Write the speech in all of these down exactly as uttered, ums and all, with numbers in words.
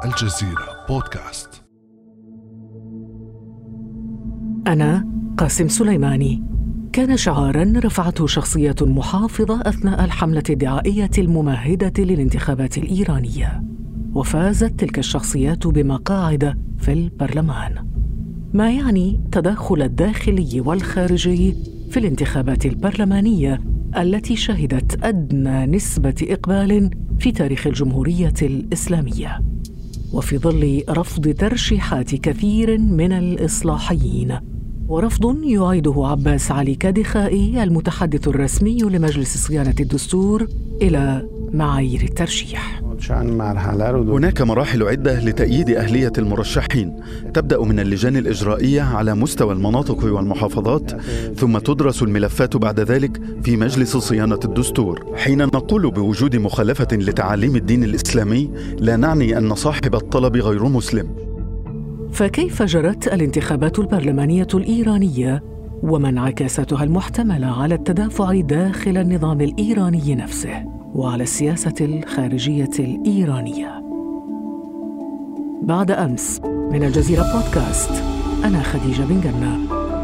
الجزيرة بودكاست. أنا قاسم سليماني. كان شعاراً رفعته شخصية محافظة أثناء الحملة الدعائية الممهدة للانتخابات الإيرانية، وفازت تلك الشخصيات بمقاعد في البرلمان، ما يعني تدخل الداخلي والخارجي في الانتخابات البرلمانية التي شهدت أدنى نسبة إقبال في تاريخ الجمهورية الإسلامية، وفي ظل رفض ترشيحات كثير من الإصلاحيين، ورفض يعيده عباس علي كادخائي المتحدث الرسمي لمجلس صيانة الدستور إلى معايير الترشيح. هناك مراحل عدة لتأييد أهلية المرشحين، تبدأ من اللجان الإجرائية على مستوى المناطق والمحافظات، ثم تدرس الملفات بعد ذلك في مجلس صيانة الدستور. حين نقول بوجود مخالفة لتعاليم الدين الإسلامي لا نعني أن صاحب الطلب غير مسلم. فكيف جرت الانتخابات البرلمانية الإيرانية وما انعكاساتها المحتملة على التدافع داخل النظام الإيراني نفسه وعلى السياسة الخارجية الإيرانية؟ بعد أمس من الجزيرة بودكاست، أنا خديجة بن جنة.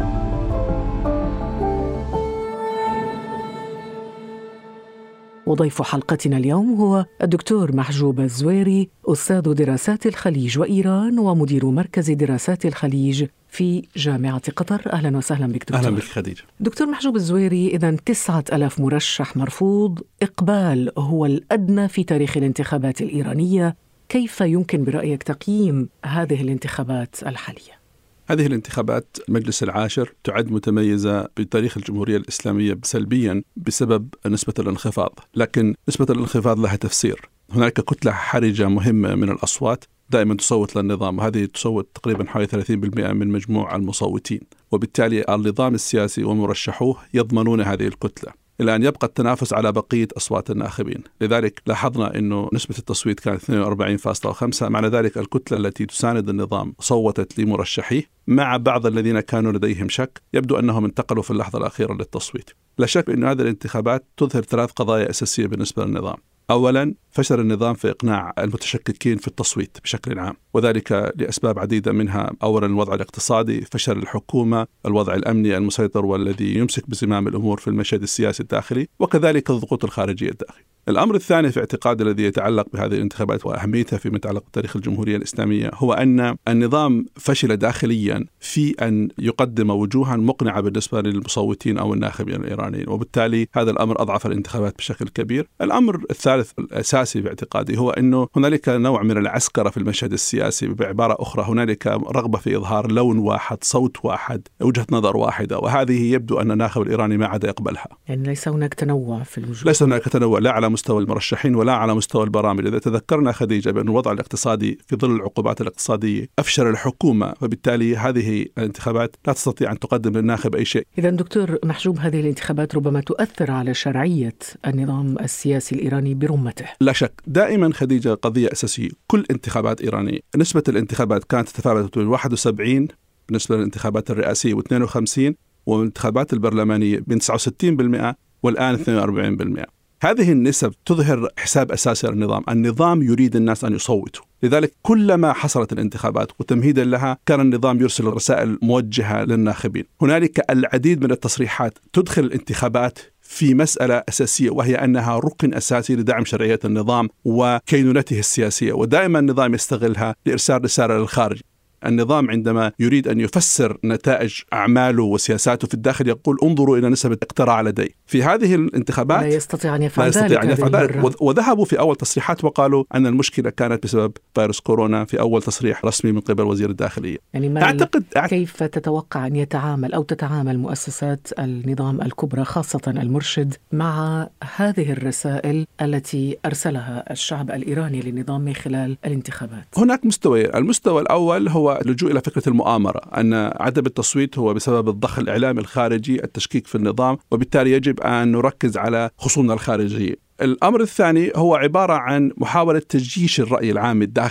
وضيف حلقتنا اليوم هو الدكتور محجوب الزويري، أستاذ دراسات الخليج وإيران ومدير مركز دراسات الخليج في جامعة قطر. أهلا وسهلا بك دكتور. أهلا بك خديجة. دكتور محجوب الزويري، إذن تسعة ألاف مرشح مرفوض، إقبال هو الأدنى في تاريخ الانتخابات الإيرانية. كيف يمكن برأيك تقييم هذه الانتخابات الحالية؟ هذه الانتخابات المجلس العاشر تعد متميزة بتاريخ الجمهورية الإسلامية سلبيا بسبب نسبة الانخفاض، لكن نسبة الانخفاض لها تفسير. هناك كتلة حرجة مهمة من الأصوات دائما تصوت للنظام، وهذه تصوت تقريبا حوالي ثلاثين بالمئة من مجموع المصوتين، وبالتالي النظام السياسي ومرشحوه يضمنون هذه الكتلة إلى أن يبقى التنافس على بقية أصوات الناخبين. لذلك لاحظنا أنه نسبة التصويت كانت اثنين وأربعين فاصلة خمسة، معنى ذلك الكتلة التي تساند النظام صوتت لمرشحيه، مع بعض الذين كانوا لديهم شك يبدو أنهم انتقلوا في اللحظة الأخيرة للتصويت. لا شك أن هذه الانتخابات تظهر ثلاث قضايا أساسية بالنسبة للنظام. أولاً، فشل النظام في إقناع المتشككين في التصويت بشكل عام، وذلك لأسباب عديدة، منها أولاً الوضع الاقتصادي، فشل الحكومة، الوضع الأمني المسيطر والذي يمسك بزمام الأمور في المشهد السياسي الداخلي، وكذلك الضغوط الخارجية الداخلية. الأمر الثاني في اعتقادي الذي يتعلق بهذه الانتخابات وأهميتها فيما يتعلق بتاريخ الجمهورية الإسلامية هو أن النظام فشل داخليا في أن يقدم وجوها مقنعة بالنسبة للمصوتين أو الناخبين الإيرانيين، وبالتالي هذا الأمر أضعف الانتخابات بشكل كبير. الأمر الثالث الأساسي باعتقادي هو أنه هنالك نوع من العسكرة في المشهد السياسي، بعبارة أخرى هنالك رغبة في إظهار لون واحد، صوت واحد، وجهة نظر واحدة، وهذه يبدو أن الناخب الإيراني ما عاد يقبلها. يعني ليس هناك تنوع في الوجود، ليس هناك تنوع لا على مستوى المرشحين ولا على مستوى البرامج. إذا تذكرنا خديجة بأن الوضع الاقتصادي في ظل العقوبات الاقتصادية أفشل الحكومة، فبالتالي هذه الانتخابات لا تستطيع أن تقدم للناخب أي شيء. إذن دكتور محجوب، هذه الانتخابات ربما تؤثر على شرعية النظام السياسي الإيراني برمته. لا شك. دائما خديجة قضية أساسية، كل انتخابات إيرانية نسبة الانتخابات كانت تتفاوت بين واحد وسبعين بالنسبة للانتخابات الرئاسية واثنين وخمسين، والانتخابات البرلمانية بين تسعة وستين بالمئة والآن اثنين وأربعين بالمئة. هذه النسب تظهر حساب أساسي للنظام. النظام يريد الناس أن يصوتوا، لذلك كلما حصلت الانتخابات وتمهيدا لها كان النظام يرسل رسائل موجهة للناخبين. هنالك العديد من التصريحات تدخل الانتخابات في مسألة أساسية، وهي أنها ركن أساسي لدعم شرعية النظام وكينونته السياسية، ودائما النظام يستغلها لإرسال رسالة للخارج. النظام عندما يريد أن يفسر نتائج أعماله وسياساته في الداخل يقول انظروا إلى نسبة اقتراع لدي. في هذه الانتخابات لا يستطيع أن يفعل لا ذلك, أن يفعل ذلك. وذهبوا في أول تصريحات وقالوا أن المشكلة كانت بسبب فيروس كورونا، في أول تصريح رسمي من قبل وزير الداخلية. يعني ما أعتقد كيف تتوقع أن يتعامل أو تتعامل مؤسسات النظام الكبرى خاصة المرشد مع هذه الرسائل التي أرسلها الشعب الإيراني للنظام من خلال الانتخابات؟ هناك مستوى. المستوى الأول هو اللجوء إلى فكرة المؤامرة، أن عدم التصويت هو بسبب الضخ الإعلامي الخارجي، التشكيك في النظام، وبالتالي يجب أن نركز على خصومنا الخارجية. الأمر الثاني هو عبارة عن محاولة تجيش الرأي العام الداخلي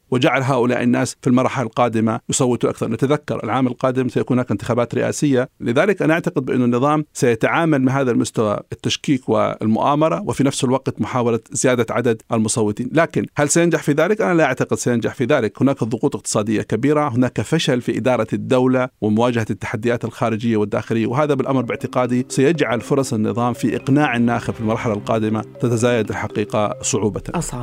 وجعل هؤلاء الناس في المرحلة القادمة يصوتوا أكثر. نتذكر العام القادم سيكون هناك انتخابات رئاسية، لذلك أنا أعتقد بأن النظام سيتعامل مع هذا المستوى التشكيك والمؤامرة وفي نفس الوقت محاولة زيادة عدد المصوتين. لكن هل سينجح في ذلك؟ أنا لا أعتقد سينجح في ذلك. هناك ضغوط اقتصادية كبيرة، هناك فشل في إدارة الدولة ومواجهة التحديات الخارجية والداخلية، وهذا بالأمر باعتقادي سيجعل فرص النظام في إقناع الناخب في المرحلة القادمة تتزايد الحقيقة صعوبة. أصعب.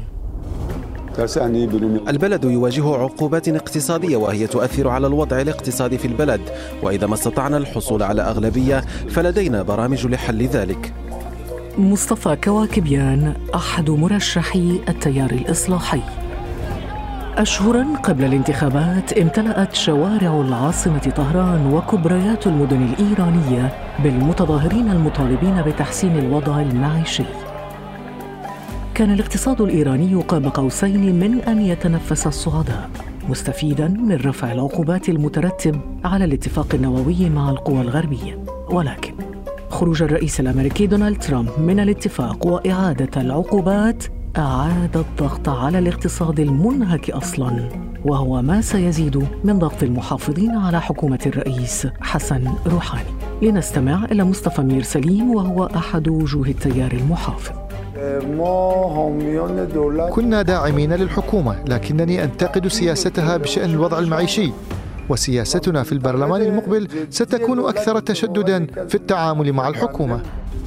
البلد يواجه عقوبات اقتصادية وهي تؤثر على الوضع الاقتصادي في البلد، وإذا ما استطعنا الحصول على أغلبية فلدينا برامج لحل ذلك. مصطفى كواكبيان أحد مرشحي التيار الإصلاحي. أشهراً قبل الانتخابات امتلأت شوارع العاصمة طهران وكبريات المدن الإيرانية بالمتظاهرين المطالبين بتحسين الوضع المعيشي. كان الاقتصاد الإيراني قاب قوسين من أن يتنفس الصعداء، مستفيداً من رفع العقوبات المترتب على الاتفاق النووي مع القوى الغربية. ولكن خروج الرئيس الأمريكي دونالد ترامب من الاتفاق وإعادة العقوبات أعاد الضغط على الاقتصاد المنهك أصلاً، وهو ما سيزيد من ضغط المحافظين على حكومة الرئيس حسن روحاني. لنستمع إلى مصطفى مير سليم وهو أحد وجوه التيار المحافظ. كنا داعمين للحكومة، لكنني أنتقد سياستها بشأن الوضع المعيشي، وسياستنا في البرلمان المقبل ستكون أكثر تشدداً في التعامل مع الحكومة.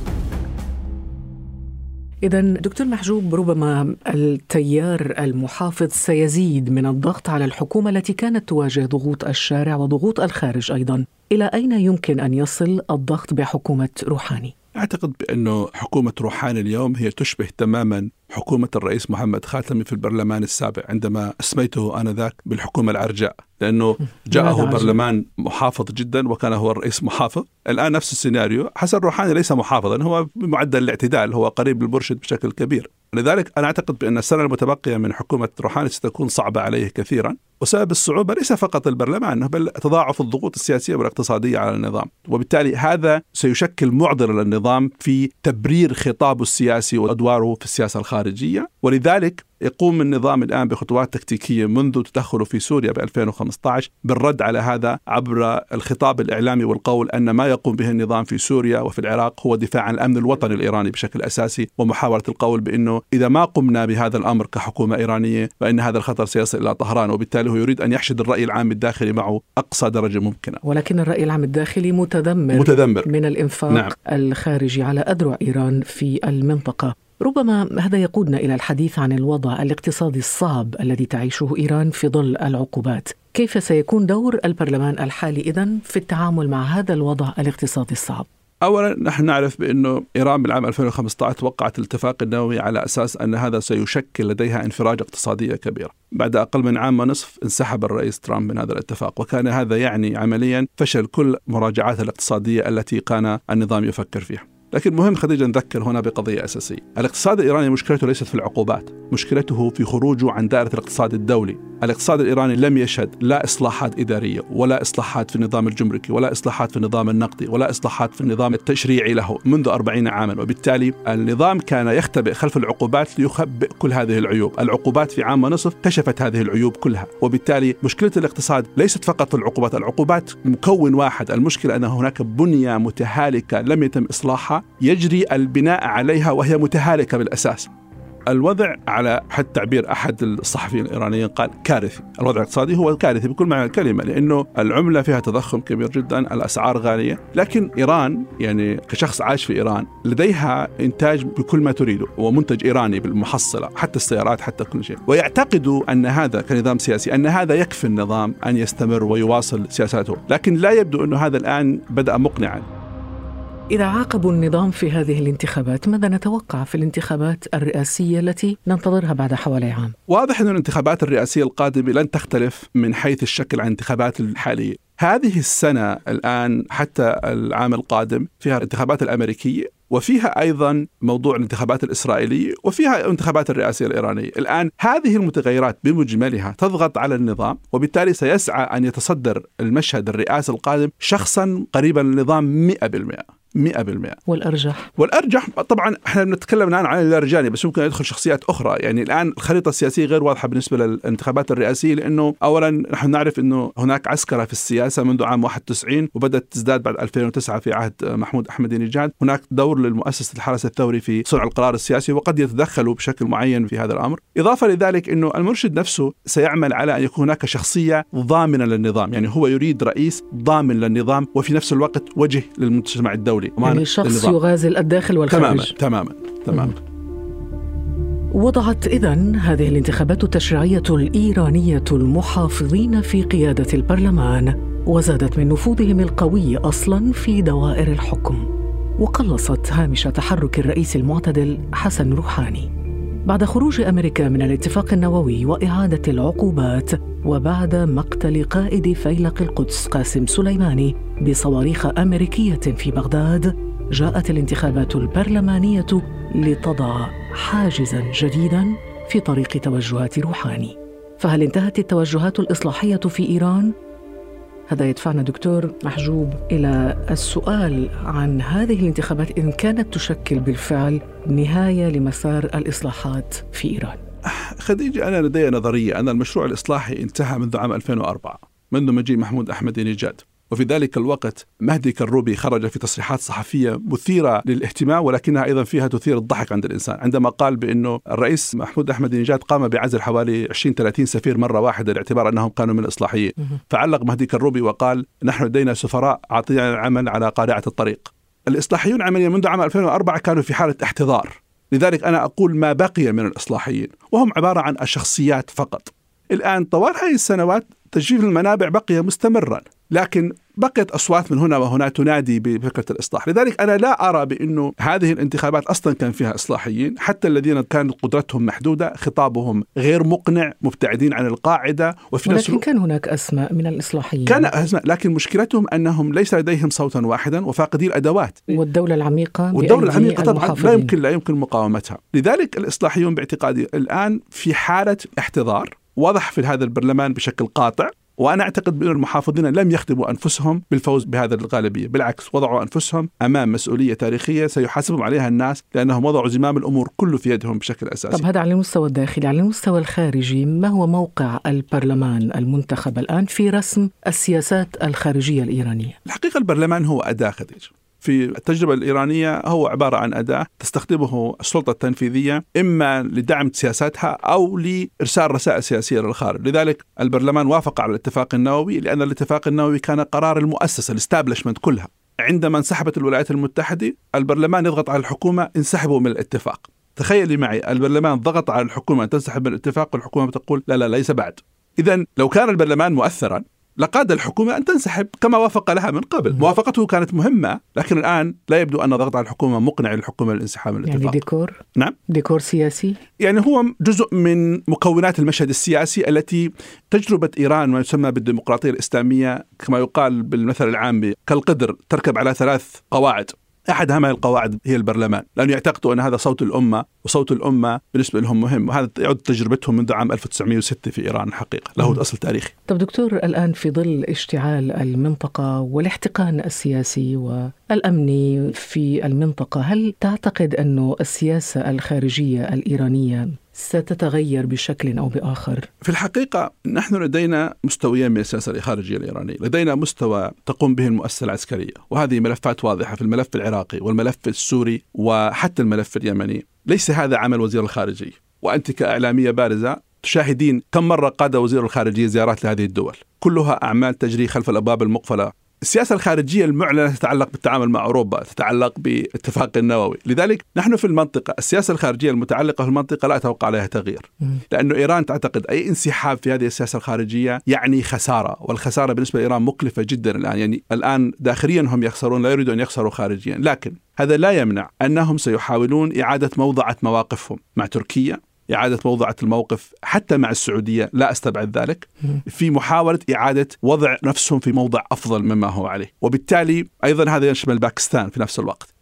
إذن دكتور محجوب، ربما التيار المحافظ سيزيد من الضغط على الحكومة التي كانت تواجه ضغوط الشارع وضغوط الخارج أيضاً. إلى أين يمكن أن يصل الضغط بحكومة روحاني؟ أعتقد بأنه حكومة روحاني اليوم هي تشبه تماماً حكومة الرئيس محمد خاتمي في البرلمان السابق، عندما أسميته آنذاك بالحكومة العرجاء، لأنه جاءه برلمان محافظ جدا وكان هو الرئيس محافظ. الآن نفس السيناريو، حسن روحاني ليس محافظا، هو بمعدل الاعتدال، هو قريب للمرشد بشكل كبير. لذلك أنا أعتقد بأن السنة المتبقية من حكومة روحاني ستكون صعبة عليه كثيرا، وسبب الصعوبة ليس فقط البرلمان بل تضاعف الضغوط السياسية والاقتصادية على النظام، وبالتالي هذا سيشكل معضلة للنظام في تبرير خطابه السياسي وأدواره في السياسة الخارجية. ولذلك يقوم النظام الآن بخطوات تكتيكية منذ تدخله في سوريا ب ألفين وخمسة عشر بالرد على هذا عبر الخطاب الإعلامي والقول أن ما يقوم به النظام في سوريا وفي العراق هو دفاع عن الأمن الوطني الإيراني بشكل أساسي، ومحاولة القول بأنه إذا ما قمنا بهذا الأمر كحكومة إيرانية فإن هذا الخطر سيصل إلى طهران، وبالتالي هو يريد أن يحشد الرأي العام الداخلي معه أقصى درجة ممكنة. ولكن الرأي العام الداخلي متذمر, متذمر. من الإنفاق نعم. الخارجي على أذرع إيران في المنطقة. ربما هذا يقودنا إلى الحديث عن الوضع الاقتصادي الصعب الذي تعيشه إيران في ظل العقوبات. كيف سيكون دور البرلمان الحالي إذن في التعامل مع هذا الوضع الاقتصادي الصعب؟ أولا نحن نعرف بأنه إيران بالعام ألفين وخمسة عشر توقعت الاتفاق النووي على أساس أن هذا سيشكل لديها انفراج اقتصادية كبيرة. بعد أقل من عام ونصف انسحب الرئيس ترامب من هذا الاتفاق، وكان هذا يعني عمليا فشل كل مراجعات الاقتصادية التي كان النظام يفكر فيها. لكن مهم خديجة نذكر هنا بقضية أساسية. الاقتصاد الإيراني مشكلته ليست في العقوبات، مشكلته في خروجه عن دائرة الاقتصاد الدولي. الاقتصاد الإيراني لم يشهد لا إصلاحات إدارية ولا إصلاحات في النظام الجمركي ولا إصلاحات في النظام النقدي ولا إصلاحات في النظام التشريعي له منذ أربعين عاما، وبالتالي النظام كان يختبئ خلف العقوبات ليخبئ كل هذه العيوب. العقوبات في عام ونصف كشفت هذه العيوب كلها، وبالتالي مشكلة الاقتصاد ليست فقط في العقوبات. العقوبات مكون واحد، المشكلة أن هناك بنية متهالكة لم يتم إصلاحها يجري البناء عليها وهي متهالكة بالأساس. الوضع على حد تعبير أحد الصحفيين الإيرانيين قال كارثي. الوضع الاقتصادي هو كارثي بكل معنى الكلمة، لأنه العملة فيها تضخم كبير جدا، الأسعار غالية، لكن إيران يعني كشخص عايش في إيران لديها إنتاج بكل ما تريده ومنتج إيراني بالمحصلة، حتى السيارات حتى كل شيء، ويعتقدوا أن هذا كنظام سياسي أن هذا يكفي النظام أن يستمر ويواصل سياساته، لكن لا يبدو أنه هذا الآن بدأ مقنعا. إذا عاقبوا النظام في هذه الانتخابات، ماذا نتوقع في الانتخابات الرئاسية التي ننتظرها بعد حوالي عام؟ واضح أن الانتخابات الرئاسية القادمة لن تختلف من حيث الشكل عن الانتخابات الحالية. هذه السنة الآن حتى العام القادم فيها الانتخابات الأمريكية، وفيها أيضا موضوع الانتخابات الإسرائيلية، وفيها الانتخابات الرئاسية الإيرانية. الآن هذه المتغيرات بمجملها تضغط على النظام، وبالتالي سيسعى أن يتصدر المشهد الرئاسي القادم شخصا قريبا للنظام مئة بالمئة. مئة بالمئة. والأرجح؟ والأرجح طبعا احنا بنتكلم الآن عن اللارجاني، بس ممكن يدخل شخصيات أخرى. يعني الآن الخريطة السياسية غير واضحة بالنسبة للانتخابات الرئاسية، لأنه أولا نحن نعرف أنه هناك عسكرة في السياسة منذ عام واحد وتسعين وبدأت تزداد بعد ألفين وتسعة في عهد محمود أحمد نجاد. هناك دور للمؤسسة الحرس الثوري في صنع القرار السياسي وقد يتدخلوا بشكل معين في هذا الأمر. إضافة لذلك أنه المرشد نفسه سيعمل على أن يكون هناك شخصية ضامنة للنظام، يعني هو يريد رئيس ضامن للنظام وفي نفس الوقت وجه للمجتمع الدولي، يعني شخص يغازل الداخل والخارج. تماما تماما تماما. وضعت إذن هذه الانتخابات التشريعية الإيرانية المحافظين في قيادة البرلمان، وزادت من نفوذهم القوي أصلاً في دوائر الحكم، وقلصت هامش تحرك الرئيس المعتدل حسن روحاني بعد خروج أمريكا من الاتفاق النووي وإعادة العقوبات، وبعد مقتل قائد فيلق القدس قاسم سليماني بصواريخ أمريكية في بغداد. جاءت الانتخابات البرلمانية لتضع حاجزاً جديداً في طريق توجهات روحاني. فهل انتهت التوجهات الإصلاحية في إيران؟ هذا يدفعنا دكتور محجوب إلى السؤال عن هذه الانتخابات إن كانت تشكل بالفعل نهاية لمسار الإصلاحات في إيران. خديجة، أنا لدي نظرية أن المشروع الإصلاحي انتهى منذ عام ألفين وأربعة منذ مجيء محمود أحمد نجاد، وفي ذلك الوقت مهدي كروبي خرج في تصريحات صحفية مثيرة للاهتمام، ولكنها أيضا فيها تثير الضحك عند الإنسان، عندما قال بأنه الرئيس محمود أحمد نجاد قام بعزل حوالي عشرين ثلاثين سفير مرة واحدة لاعتبار أنهم كانوا من الإصلاحيين. فعلق مهدي كروبي وقال: نحن لدينا سفراء عاطلين العمل على قارعة الطريق. الإصلاحيون عمليا منذ عام ألفين وأربعة كانوا في حالة احتضار، لذلك أنا أقول ما بقي من الإصلاحيين وهم عبارة عن الشخصيات فقط. الآن طوال هذه السنوات تجفيف المنابع بقي مستمرا، لكن بقيت أصوات من هنا وهنا تنادي بفكرة الإصلاح. لذلك أنا لا أرى بأنه هذه الانتخابات أصلا كان فيها إصلاحيين، حتى الذين كانت قدرتهم محدودة، خطابهم غير مقنع، مبتعدين عن القاعدة. وفي ولكن كان هناك أسماء من الإصلاحيين، كان أسماء، لكن مشكلتهم أنهم ليس لديهم صوتا واحدا وفاقدي الأدوات. والدولة العميقة والدولة العميقة طبعا لا يمكن لا يمكن مقاومتها. لذلك الإصلاحيون باعتقادي الآن في حالة احتضار واضح في هذا البرلمان بشكل قاطع، وأنا أعتقد بأن المحافظين لم يخدموا أنفسهم بالفوز بهذا الغالبية، بالعكس وضعوا أنفسهم أمام مسؤولية تاريخية سيحاسبهم عليها الناس، لأنهم وضعوا زمام الأمور كله في يدهم بشكل أساسي. طب هذا على المستوى الداخلي. على المستوى الخارجي، ما هو موقع البرلمان المنتخب الآن في رسم السياسات الخارجية الإيرانية؟ الحقيقة البرلمان هو أداة خديجة في التجربة الإيرانية، هو عبارة عن أداة تستخدمه السلطة التنفيذية إما لدعم سياساتها أو لإرسال رسائل سياسية للخارج. لذلك البرلمان وافق على الاتفاق النووي، لأن الاتفاق النووي كان قرار المؤسسة الاستابلشمنت كلها. عندما انسحبت الولايات المتحدة البرلمان يضغط على الحكومة انسحبوا من الاتفاق. تخيلي معي، البرلمان ضغط على الحكومة أن تنسحب من الاتفاق والحكومة تقول لا لا ليس بعد. إذن لو كان البرلمان مؤثرا لقاد الحكومة أن تنسحب كما وافق لها من قبل. موافقته كانت مهمة، لكن الآن لا يبدو أن ضغط على الحكومة مقنع للحكومة للانسحاب من الاتفاق. يعني ديكور؟ نعم، ديكور سياسي. يعني هو جزء من مكونات المشهد السياسي التي تجربة إيران ما يسمى بالديمقراطية الإسلامية، كما يقال بالمثل العام كالقدر تركب على ثلاث قواعد. أحد هذه القواعد هي البرلمان، لأنه يعتقدوا أن هذا صوت الأمة، وصوت الأمة بالنسبة لهم مهم، وهذا يعود تجربتهم منذ عام ألف وتسعمائة وستة في إيران الحقيقة، له أصل تاريخي. طب دكتور، الآن في ظل اشتعال المنطقة والاحتقان السياسي والأمني في المنطقة، هل تعتقد أن السياسة الخارجية الإيرانية ستتغير بشكل أو بآخر؟ في الحقيقة نحن لدينا مستويين من السياسة الخارجية الإيرانية. لدينا مستوى تقوم به المؤسسة العسكرية، وهذه ملفات واضحة في الملف العراقي والملف السوري وحتى الملف اليمني. ليس هذا عمل وزير الخارجية، وأنت كإعلامية بارزة تشاهدين كم مرة قاد وزير الخارجية زيارات لهذه الدول، كلها أعمال تجري خلف الأبواب المقفلة. السياسة الخارجية المعلنة تتعلق بالتعامل مع أوروبا، تتعلق باتفاق النووي. لذلك نحن في المنطقة السياسة الخارجية المتعلقة في المنطقة لا أتوقع عليها تغيير، لأنه إيران تعتقد أي انسحاب في هذه السياسة الخارجية يعني خسارة، والخسارة بالنسبة لإيران مكلفة جدا الآن. يعني الآن داخليا هم يخسرون، لا يريدون أن يخسروا خارجيا، لكن هذا لا يمنع أنهم سيحاولون إعادة موضعة مواقفهم مع تركيا، إعادة موضعة الموقف حتى مع السعودية، لا أستبعد ذلك، في محاولة إعادة وضع نفسهم في موضع أفضل مما هو عليه. وبالتالي أيضا هذا يشمل باكستان في نفس الوقت.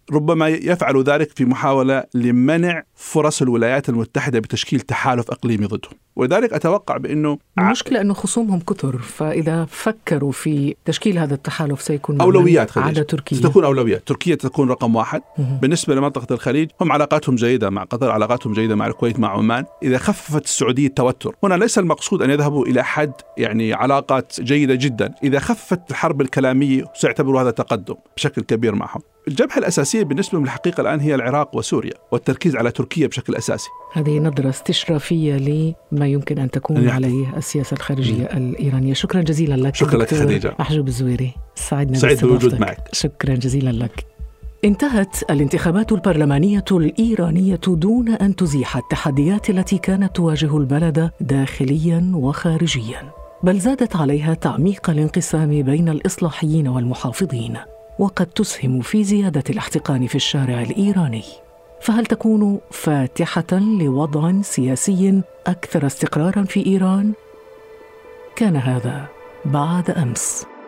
ربما يفعل ذلك في محاولة لمنع فرص الولايات المتحدة بتشكيل تحالف إقليمي ضدهم. ولذلك أتوقع بأنه المشكلة أنه خصومهم كثر، فإذا فكروا في تشكيل هذا التحالف سيكون أولويات على تركيا. ستكون أولويات تركيا تكون رقم واحد. بالنسبة لمنطقة الخليج هم علاقاتهم جيدة مع قطر، علاقاتهم جيدة مع الكويت، مع عمان. إذا خففت السعودية التوتر، هنا ليس المقصود أن يذهبوا إلى حد يعني علاقات جيدة جدا، إذا خففت الحرب الكلامية سيعتبروا هذا تقدم بشكل كبير معهم. الجبهة الأساسية بالنسبة لهم الحقيقة الآن هي العراق وسوريا، والتركيز على تركيا بشكل أساسي. هذه نظرة استشرافية لما يمكن أن تكون عليه السياسة الخارجية م. الإيرانية. شكرا جزيلا لك. شكرا لك خديجة. محجوب الزويري، سعدنا سعيد بالوجود معك. شكرا جزيلا لك. انتهت الانتخابات البرلمانية الإيرانية دون أن تزيح التحديات التي كانت تواجه البلد داخليا وخارجيا، بل زادت عليها تعميق الانقسام بين الإصلاحيين والمحافظين، وقد تسهم في زيادة الاحتقان في الشارع الإيراني. فهل تكون فاتحة لوضع سياسي أكثر استقراراً في إيران؟ كان هذا بعد أمس.